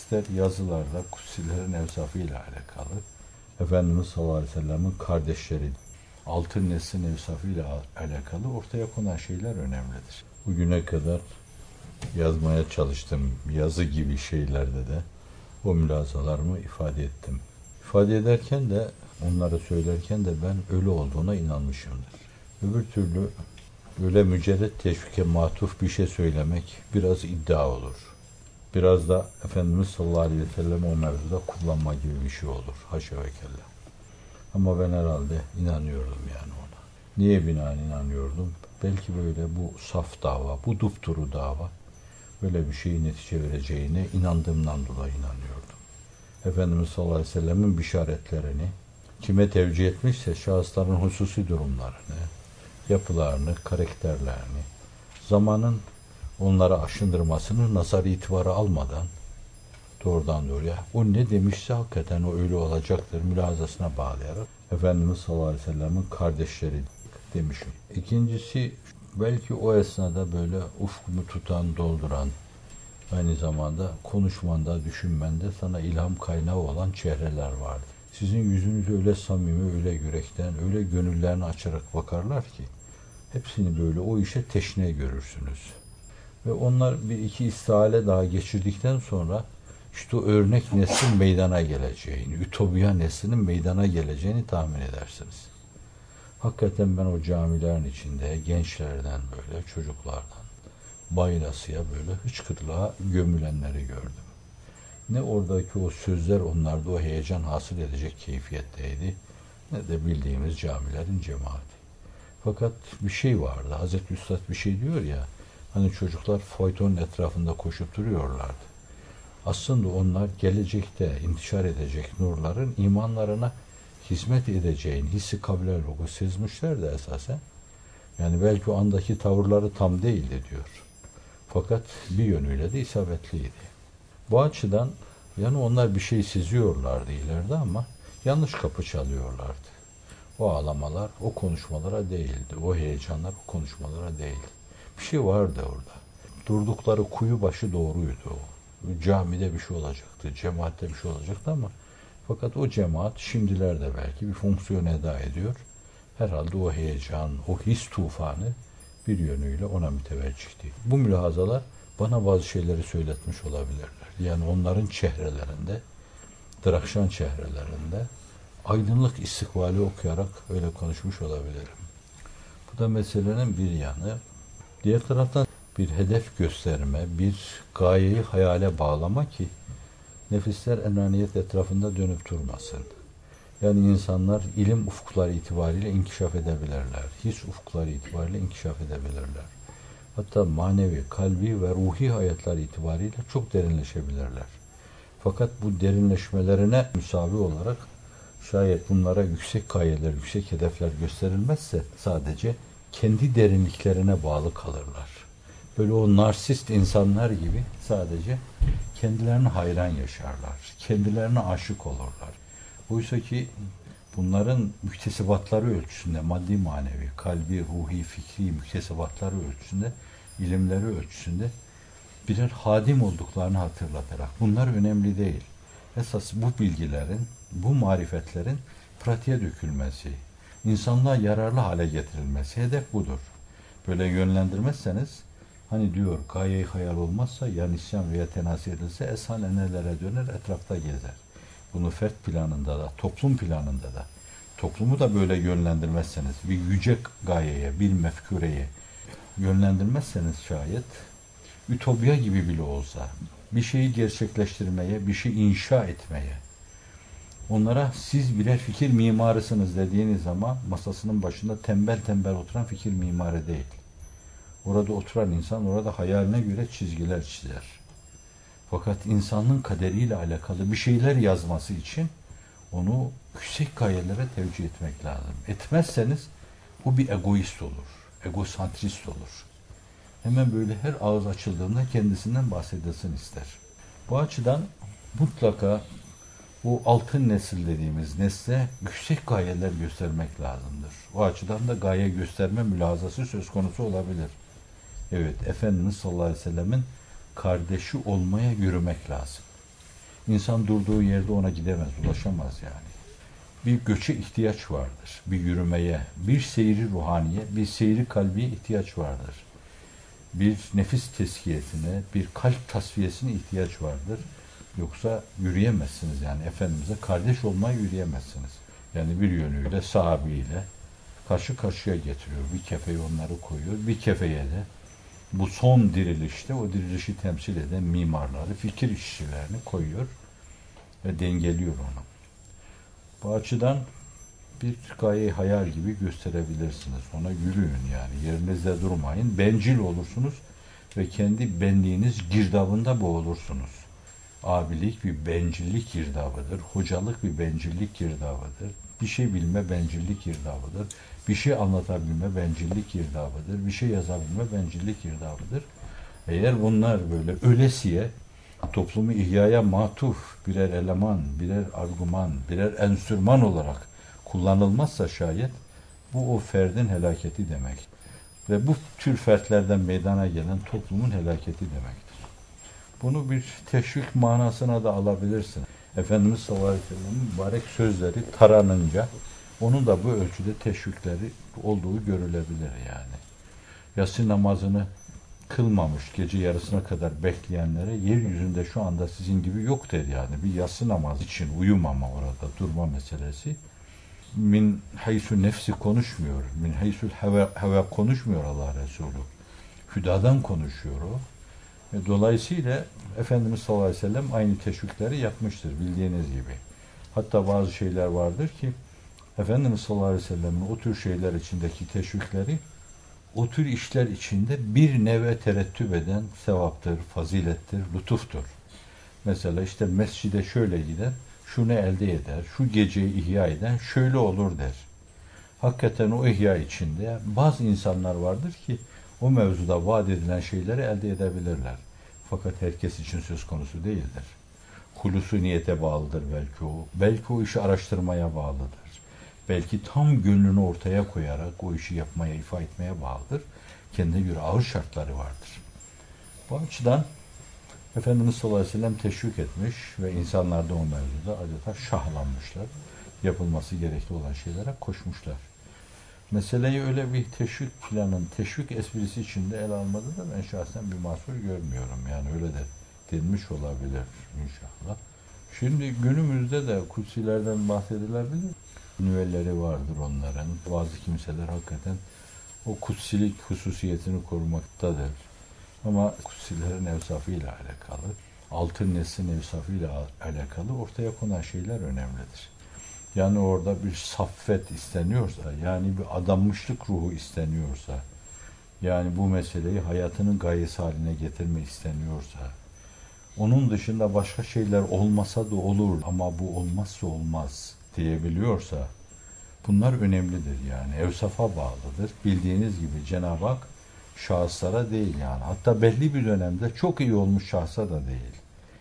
ister yazılarda kutsilerin evsafıyla alakalı, Efendimiz sallallahu aleyhi ve sellem'in kardeşleri, altın neslin evsafıyla alakalı ortaya konan şeyler önemlidir. Bugüne kadar yazmaya çalıştım. Yazı gibi şeylerde de o mülazalarımı ifade ettim. İfade ederken de, onları söylerken de ben ölü olduğuna inanmışımdır. Öbür türlü böyle mücerret teşvike matuf bir şey söylemek biraz iddia olur. Biraz da Efendimiz sallallahu aleyhi ve sellem o mevzuda kullanma gibi bir şey olur. Haşa ve kella. Ama ben herhalde inanıyordum yani ona. Niye binaen inanıyordum? Belki böyle bu saf dava, bu dupduru dava böyle bir şeyin netice vereceğine inandığımdan dolayı inanıyordum. Efendimiz sallallahu aleyhi ve sellemin bişaretlerini kime tevcih etmişse şahısların hususi durumlarını, yapılarını, karakterlerini, zamanın onlara aşındırmasını nazar itibarı almadan doğrudan doğruya o ne demişse hakikaten o öyle olacaktır mülazasına bağlayarak Efendimiz sallallahu aleyhi ve sellem'in kardeşleri demişim. İkincisi belki o esnada böyle ufkumu tutan, dolduran, aynı zamanda konuşmanda, düşünmende sana ilham kaynağı olan çehreler vardı. Sizin yüzünüz öyle samimi, öyle yürekten, öyle gönüllerini açarak bakarlar ki hepsini böyle o işe teşne görürsünüz. Ve onlar bir iki istihale daha geçirdikten sonra işte o örnek neslin meydana geleceğini, ütopya neslinin meydana geleceğini tahmin edersiniz. Hakikaten ben o camilerin içinde gençlerden böyle, çocuklardan baylasıya böyle hıçkırlığa gömülenleri gördüm. Ne oradaki o sözler onlarda o heyecan hasıl edecek keyfiyetteydi, ne de bildiğimiz camilerin cemaati. Fakat bir şey vardı, Hazreti Üstad bir şey diyor ya, hani çocuklar faytonun etrafında koşup duruyorlardı. Aslında onlar gelecekte intişar edecek nurların imanlarına hizmet edeceğini hissi kabiler ruhu sezmişler de esasen. Yani belki o andaki tavırları tam değildi diyor. Fakat bir yönüyle de isabetliydi. Bu açıdan yani onlar bir şey seziyorlardı ileride ama yanlış kapı çalıyorlardı. O ağlamalar o konuşmalara değildi. O heyecanlar o konuşmalara değildi. Bir şey vardı orada. Durdukları kuyu başı doğruydu o. Camide bir şey olacaktı, cemaatte bir şey olacaktı ama fakat o cemaat şimdilerde belki bir fonksiyon eda ediyor. Herhalde o heyecan, o his tufanı bir yönüyle ona müteveccihti. Bu mülahazalar bana bazı şeyleri söyletmiş olabilirler. Yani onların çehrelerinde, drakşan çehrelerinde aydınlık istikbali okuyarak öyle konuşmuş olabilirim. Bu da meselenin bir yanı. Diğer taraftan bir hedef gösterme, bir gayeyi hayale bağlama ki nefisler enaniyet etrafında dönüp durmasın. Yani insanlar ilim ufukları itibariyle inkişaf edebilirler. His ufukları itibariyle inkişaf edebilirler. Hatta manevi, kalbi ve ruhi hayatlar itibariyle çok derinleşebilirler. Fakat bu derinleşmelerine müsavi olarak şayet bunlara yüksek gayeler, yüksek hedefler gösterilmezse sadece kendi derinliklerine bağlı kalırlar. Böyle o narsist insanlar gibi sadece kendilerine hayran yaşarlar. Kendilerine aşık olurlar. Oysa ki bunların müktesebatları ölçüsünde, maddi manevi, kalbi, ruhi, fikri müktesebatları ölçüsünde, ilimleri ölçüsünde birer hadim olduklarını hatırlatarak bunlar önemli değil. Esas bu bilgilerin, bu marifetlerin pratiğe dökülmesi, insanlığa yararlı hale getirilmesi hedef budur. Böyle yönlendirmezseniz hani diyor gaye-i hayal olmazsa ya nisyan veya tenasi edilse eshane nelere döner etrafta gezer. Bunu fert planında da toplum planında da toplumu da böyle yönlendirmezseniz bir yüce gayeye bir mefkureye yönlendirmezseniz şayet ütopya gibi bile olsa bir şeyi gerçekleştirmeye bir şey inşa etmeye onlara siz birer fikir mimarısınız dediğiniz zaman masasının başında tembel tembel oturan fikir mimarı değil. Orada oturan insan orada hayaline göre çizgiler çizer. Fakat insanın kaderiyle alakalı bir şeyler yazması için onu yüksek gayelere tevcih etmek lazım. Etmezseniz bu bir egoist olur. Egosantrist olur. Hemen böyle her ağız açıldığında kendisinden bahsedilsin ister. Bu açıdan mutlaka bu altın nesil dediğimiz nesle yüksek gayeler göstermek lazımdır. O açıdan da gaye gösterme mülazası söz konusu olabilir. Evet, Efendimiz sallallahu aleyhi ve sellemin kardeşi olmaya yürümek lazım. İnsan durduğu yerde ona gidemez, ulaşamaz yani. Bir göçe ihtiyaç vardır, bir yürümeye, bir seyri ruhaniye, bir seyri kalbiye ihtiyaç vardır. Bir nefis tezkiyesine, bir kalp tasfiyesine ihtiyaç vardır. Yoksa yürüyemezsiniz yani Efendimiz'e kardeş olmaya yürüyemezsiniz. Yani bir yönüyle sahabiyle karşı karşıya getiriyor. Bir kefeye onları koyuyor, bir kefeye de bu son dirilişte o dirilişi temsil eden mimarları, fikir işçilerini koyuyor ve dengeliyor onu. Bu açıdan bir gaye hayal gibi gösterebilirsiniz. Ona yürüyün yani. Yerinizde durmayın. Bencil olursunuz ve kendi benliğiniz girdabında boğulursunuz. Abilik bir bencillik girdabıdır. Hocalık bir bencillik girdabıdır. Bir şey bilme bencillik girdabıdır. Bir şey anlatabilme bencillik girdabıdır. Bir şey yazabilme bencillik girdabıdır. Eğer bunlar böyle ölesiye toplumu ihyaya matuf birer eleman, birer argüman, birer enstrüman olarak kullanılmazsa şayet bu o ferdin helaketi demek. Ve bu tür fertlerden meydana gelen toplumun helaketi demektir. Bunu bir teşvik manasına da alabilirsin. Efendimiz sallallahu aleyhi ve sellem'in mübarek sözleri taranınca onun da bu ölçüde teşvikleri olduğu görülebilir yani. Yatsı namazını kılmamış gece yarısına kadar bekleyenlere yeryüzünde şu anda sizin gibi yok der yani. Bir yatsı namazı için uyumama orada durma meselesi. Min haysu nefsi konuşmuyor. Min haysul heva konuşmuyor Allah Resulü. Hüdadan konuşuyor o. Dolayısıyla Efendimiz sallallahu aleyhi ve sellem aynı teşvikleri yapmıştır bildiğiniz gibi. Hatta bazı şeyler vardır ki Efendimiz sallallahu aleyhi ve sellem'in o tür şeyler içindeki teşvikleri o tür işler içinde bir neve terettüp eden sevaptır, fazilettir, lütuftur. Mesela işte mescide şöyle gider, şunu elde eder, şu geceyi ihya eden şöyle olur der. Hakikaten o ihya içinde bazı insanlar vardır ki o mevzuda vaat edilen şeyleri elde edebilirler. Fakat herkes için söz konusu değildir. Hulusu niyete bağlıdır belki o. Belki o işi araştırmaya bağlıdır. Belki tam gönlünü ortaya koyarak o işi yapmaya, ifa etmeye bağlıdır. Kendine göre ağır şartları vardır. Bu açıdan Efendimiz sallallahu aleyhi ve sellem teşvik etmiş ve insanlar da o mevzuda adeta şahlanmışlar. Yapılması gerekli olan şeylere koşmuşlar. Meseleyi öyle bir teşvik planın, teşvik esprisi içinde ele almadı da ben şahsen bir mahsur görmüyorum. Yani öyle de denmiş olabilir inşallah. Şimdi günümüzde de kutsilerden bahsedilebilir. Nüvelleri vardır onların. Bazı kimseler hakikaten o kutsilik hususiyetini korumaktadır. Ama kutsilerin evsafıyla alakalı, altın neslin evsafıyla alakalı ortaya konan şeyler önemlidir. Yani orada bir saffet isteniyorsa, yani bir adanmışlık ruhu isteniyorsa, yani bu meseleyi hayatının gayesi haline getirme isteniyorsa, onun dışında başka şeyler olmasa da olur ama bu olmazsa olmaz diyebiliyorsa, bunlar önemlidir yani. Evsafa bağlıdır. Bildiğiniz gibi Cenab-ı Hak şahıslara değil yani. Hatta belli bir dönemde çok iyi olmuş şahsa da değil.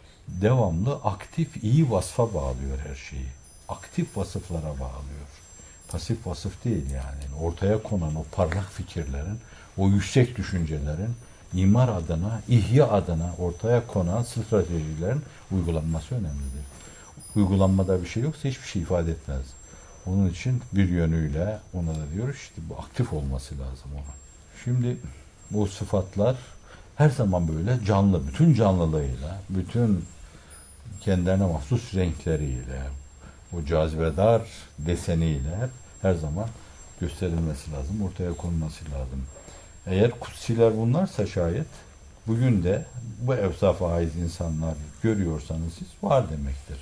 Devamlı aktif iyi vasfa bağlıyor her şeyi. Aktif vasıflara bağlıyor. Pasif vasıf değil yani. Ortaya konan o parlak fikirlerin, o yüksek düşüncelerin imar adına, ihya adına ortaya konan stratejilerin uygulanması önemlidir. Uygulanmada bir şey yoksa hiçbir şey ifade etmez. Onun için bir yönüyle ona da diyoruz işte bu aktif olması lazım ona. Şimdi bu sıfatlar her zaman böyle canlı, bütün canlılığıyla, bütün kendine mahsus renkleriyle, o cazibedar deseniyle hep her zaman gösterilmesi lazım, ortaya konulması lazım. Eğer kutsiler bunlarsa şayet, bugün de bu evsafa ait insanlar görüyorsanız siz var demektir.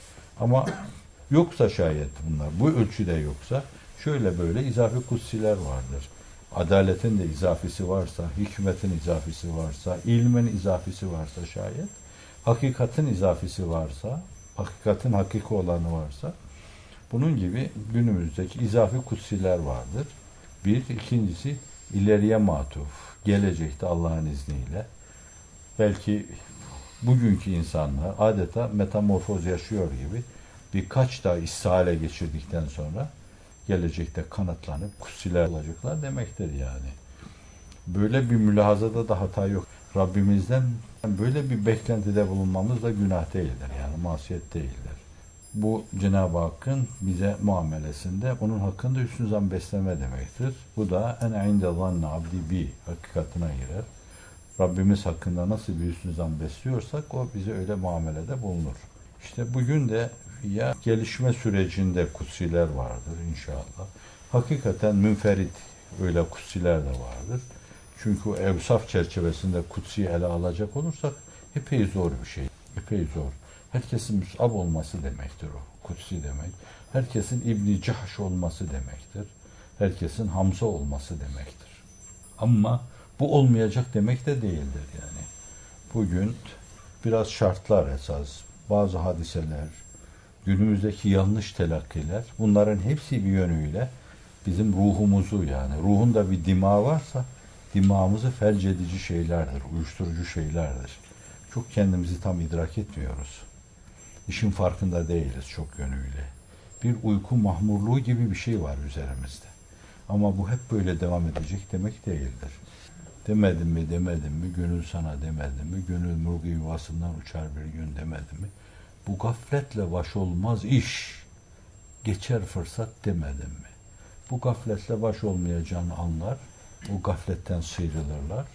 Ama yoksa şayet bunlar, bu ölçüde yoksa, şöyle böyle izafi kutsiler vardır. Adaletin de izafisi varsa, hikmetin izafisi varsa, ilmin izafisi varsa şayet, hakikatin izafisi varsa, hakikatin hakiki olanı varsa, bunun gibi günümüzdeki izafi kutsiler vardır. Bir, ikincisi ileriye matuf, gelecekte Allah'ın izniyle, belki bugünkü insanlar adeta metamorfoz yaşıyor gibi birkaç daha istihale geçirdikten sonra gelecekte kanıtlanıp kutsiler olacaklar demektir yani. Böyle bir mülahazada da hata yok. Rabbimizden böyle bir beklentide bulunmamız da günah değildir. Yani masiyet değildir. Bu Cenab-ı Hakk'ın bize muamelesinde onun hakkında hüsnü zan besleme demektir. Bu da en inde zanne abdi bi hakikatine girer. Rabbimiz hakkında nasıl bir hüsnü zan besliyorsak o bize öyle muamelede bulunur. İşte bugün de ya gelişme sürecinde kutsiler vardır inşallah. Hakikaten münferit öyle kutsiler de vardır. Çünkü o evsaf çerçevesinde kutsiyi ele alacak olursak epey zor bir şey. Epey zor. Herkesin Mus'ab olması demektir o. Kutsi demek. Herkesin İbn-i Cahş olması demektir. Herkesin Hamza olması demektir. Ama bu olmayacak demek de değildir yani. Bugün biraz şartlar esas, bazı hadiseler, günümüzdeki yanlış telakkiler, bunların hepsi bir yönüyle bizim ruhumuzu yani, ruhunda bir dima varsa, dimağımızı felç edici şeylerdir, uyuşturucu şeylerdir. Çok kendimizi tam idrak etmiyoruz. İşin farkında değiliz çok yönüyle. Bir uyku mahmurluğu gibi bir şey var üzerimizde. Ama bu hep böyle devam edecek demek değildir. Demedim mi, gönül sana demedim mi, gönül murgu yuvasından uçar bir gün demedim mi? Bu gafletle baş olmaz iş, geçer fırsat demedim mi? Bu gafletle baş olmayacağını anlar, o gafletten sıyrılırlar.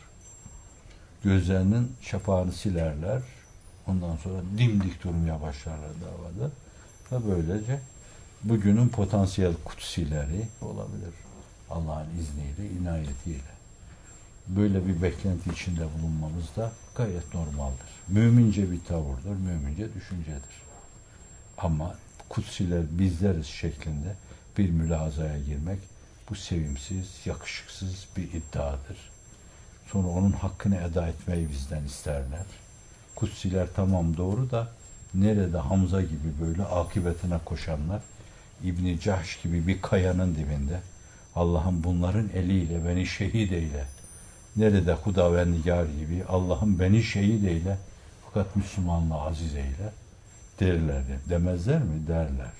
Gözlerinin şafağını silerler, ondan sonra dimdik durmaya başlarlar davada. Ve böylece bugünün potansiyel kutsileri olabilir. Allah'ın izniyle, inayetiyle. Böyle bir beklenti içinde bulunmamız da gayet normaldir. Mümince bir tavırdır, mümince düşüncedir. Ama kutsiler bizleriz şeklinde bir mülazaya girmek, bu sevimsiz, yakışıksız bir iddiadır. Sonra onun hakkını eda etmeyi bizden isterler. Kutsiler tamam doğru da nerede Hamza gibi böyle akıbetine koşanlar, İbn-i Cahş gibi bir kayanın dibinde Allah'ım bunların eliyle beni şehit eyle. Nerede Hudavendigar gibi Allah'ım beni şehit eyle fakat Müslümanlığı aziz eyle derler. Demezler mi? Derler.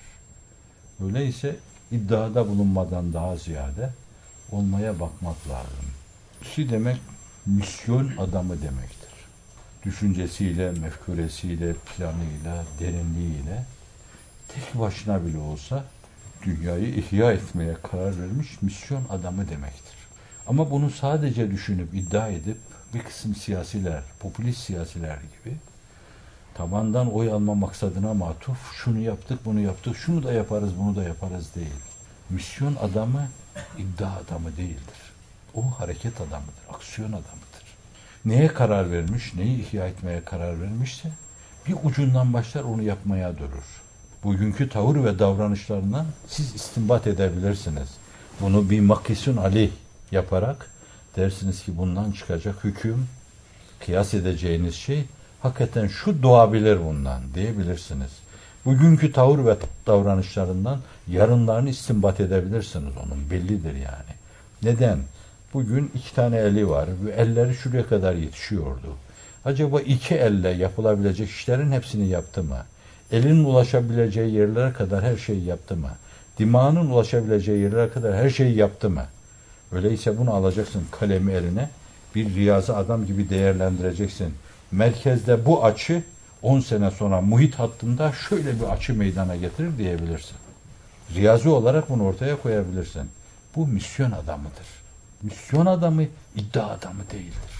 Öyleyse iddiada bulunmadan daha ziyade olmaya bakmak lazım. Kutsi demek misyon adamı demektir. Düşüncesiyle, mefkuresiyle, planıyla, derinliğiyle tek başına bile olsa dünyayı ihya etmeye karar vermiş misyon adamı demektir. Ama bunu sadece düşünüp iddia edip bir kısım siyasiler, popülist siyasiler gibi tabandan oy alma maksadına matuf şunu yaptık, bunu yaptık, şunu da yaparız, bunu da yaparız değil. Misyon adamı iddia adamı değildir. O hareket adamıdır, aksiyon adamıdır. Neye karar vermiş, neyi ihya etmeye karar vermişse bir ucundan başlar onu yapmaya durur. Bugünkü tavır ve davranışlarından siz istinbat edebilirsiniz. Bunu bir makisun aleyh yaparak dersiniz ki bundan çıkacak hüküm, kıyas edeceğiniz şey hakikaten şu doğabilir bundan diyebilirsiniz. Bugünkü tavır ve davranışlarından yarınlarını istinbat edebilirsiniz onun. Bellidir yani. Neden? Bugün 2 tane eli var ve elleri şuraya kadar yetişiyordu. Acaba 2 elle yapılabilecek işlerin hepsini yaptı mı? Elinin ulaşabileceği yerlere kadar her şeyi yaptı mı? Dimağının ulaşabileceği yerlere kadar her şeyi yaptı mı? Öyleyse bunu alacaksın kalemi eline, bir riyazi adam gibi değerlendireceksin. Merkezde bu açı 10 sene sonra muhit hattında şöyle bir açı meydana getirir diyebilirsin. Riyazi olarak bunu ortaya koyabilirsin. Bu misyon adamıdır. Misyon adamı iddia adamı değildir.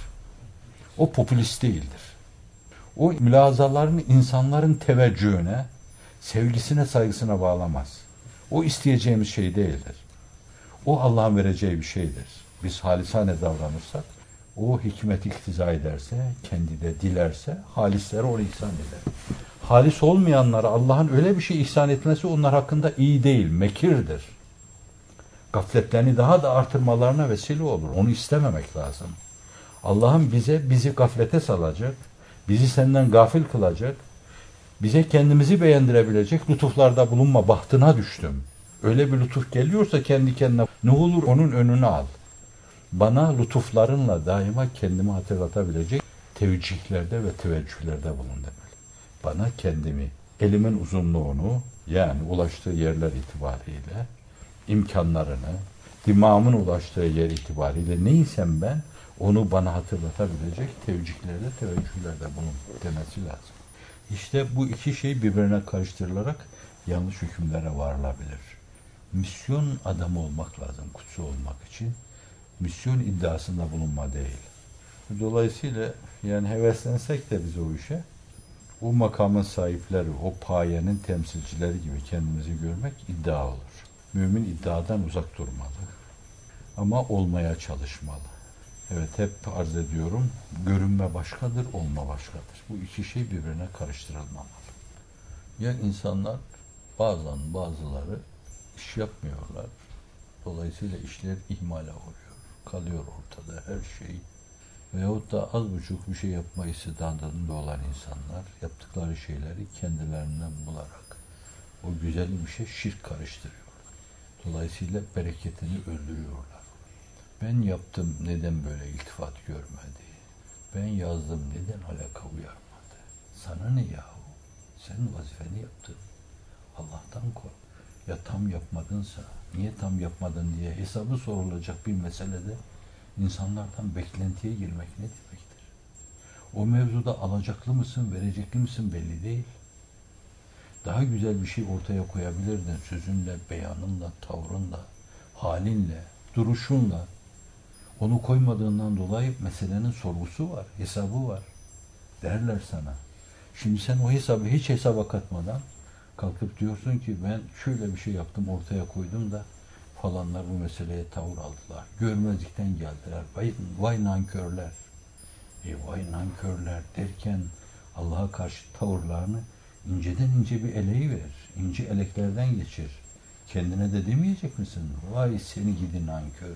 O popülist değildir. O mülazalarını insanların teveccühüne, sevgisine, saygısına bağlamaz. O isteyeceğimiz şey değildir. O Allah'ın vereceği bir şeydir. Biz halisane davranırsak, o hikmet iktiza ederse, kendi de dilerse, halislere onu ihsan eder. Halis olmayanlara Allah'ın öyle bir şey ihsan etmesi onlar hakkında iyi değil, mekirdir. Gafletlerini daha da artırmalarına vesile olur. Onu istememek lazım. Allah'ın bizi gaflete salacak, bizi senden gafil kılacak, bize kendimizi beğendirebilecek lütuflarda bulunma bahtına düştüm. Öyle bir lütuf geliyorsa kendi kendine ne olur onun önünü al. Bana lütuflarınla daima kendimi hatırlatabilecek tevcihlerde ve teveccühlerde bulun demeli. Bana kendimi, elimin uzunluğunu yani ulaştığı yerler itibariyle, imkanlarını, dimağımın ulaştığı yer itibariyle neysem ben onu bana hatırlatabilecek tevcihlerde, teveccühlerde bulun demesi lazım. İşte bu iki şey birbirine karıştırılarak yanlış hükümlere varılabilir. Misyon adamı olmak lazım kutsu olmak için. Misyon iddiasında bulunma değil. Dolayısıyla yani heveslensek de biz o işe, o makamın sahipleri, o payenin temsilcileri gibi kendimizi görmek iddia olur. Mümin iddiadan uzak durmalı. Ama olmaya çalışmalı. Evet, hep arz ediyorum, görünme başkadır, olma başkadır. Bu iki şey birbirine karıştırılmamalı. Ya insanlar, bazıları iş yapmıyorlar. Dolayısıyla işler ihmale uğruyor. Kalıyor ortada her şey. Veyahut da az buçuk bir şey yapma istidadında olan insanlar yaptıkları şeyleri kendilerinden bularak o güzel bir şey şirk karıştırıyor. Dolayısıyla bereketini öldürüyorlar. Ben yaptım, neden böyle iltifat görmedi? Ben yazdım, neden alaka uyarmadı? Sana ne yahu? Sen vazifeni yaptın. Allah'tan kork. Ya tam yapmadınsa, niye tam yapmadın diye hesabı sorulacak bir meselede insanlardan beklentiye girmek ne demektir? O mevzuda alacaklı mısın, verecekli misin belli değil. Daha güzel bir şey ortaya koyabilirdin sözünle, beyanınla, tavrınla, halinle, duruşunla. Onu koymadığından dolayı meselenin sorgusu var, hesabı var derler sana. Şimdi sen o hesabı hiç hesaba katmadan kalkıp diyorsun ki ben şöyle bir şey yaptım, ortaya koydum da falanlar bu meseleye tavır aldılar. Görmezlikten geldiler. Vay nankörler. Vay nankörler derken Allah'a karşı tavırlarını inceden ince bir eleği ver. İnce eleklerden geçir. Kendine de demeyecek misin? Vay seni gidi nankör.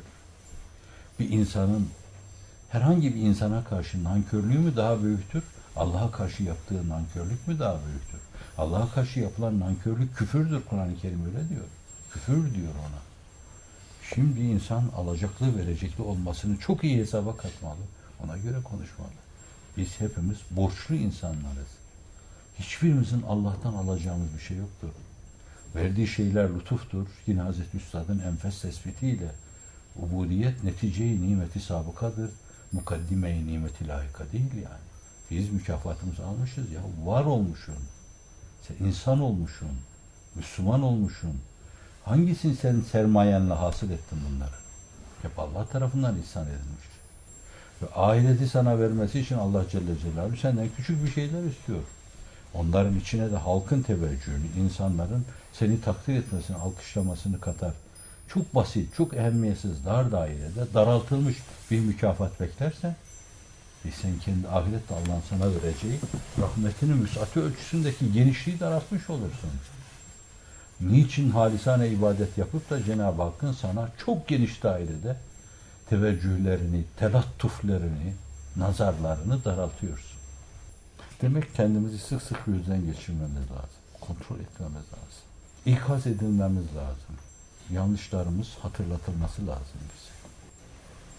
Bir insanın herhangi bir insana karşı nankörlüğü mü daha büyüktür? Allah'a karşı yaptığı nankörlük mü daha büyüktür? Allah'a karşı yapılan nankörlük küfürdür. Kur'an-ı Kerim öyle diyor. Küfür diyor ona. Şimdi insan alacaklı verecekli olmasını çok iyi hesaba katmalı. Ona göre konuşmalı. Biz hepimiz borçlu insanlarız. Hiçbirimizin Allah'tan alacağımız bir şey yoktur. Verdiği şeyler lütuftur. Yine Hazreti Üstad'ın enfes tespitiyle ubudiyet netice-i nimeti sabıkadır. Mukaddime-i nimeti layıka değil yani. Biz mükafatımızı almışız ya. Var olmuşsun. Sen insan olmuşsun. Müslüman olmuşsun. Hangisini sen sermayenle hasıl ettin bunları? Hep Allah tarafından ihsan edilmiş. Ve ahireti sana vermesi için Allah Celle Celaluhu senden küçük bir şeyler istiyor. Onların içine de halkın teveccühünü, insanların seni takdir etmesini, alkışlamasını katar. Çok basit, çok ehemmiyetsiz, dar dairede daraltılmış bir mükafat beklersen, sen kendi ahirette Allah'ın sana vereceği rahmetinin müsaati ölçüsündeki genişliği daraltmış olursun. Niçin halisane ibadet yapıp da Cenab-ı Hakk'ın sana çok geniş dairede teveccühlerini, telattuflerini, nazarlarını daraltıyorsun? Demek kendimizi sık sık gözden geçirmemiz lazım. Kontrol etmemiz lazım. İkaz edilmemiz lazım. Yanlışlarımız hatırlatılması lazım bize.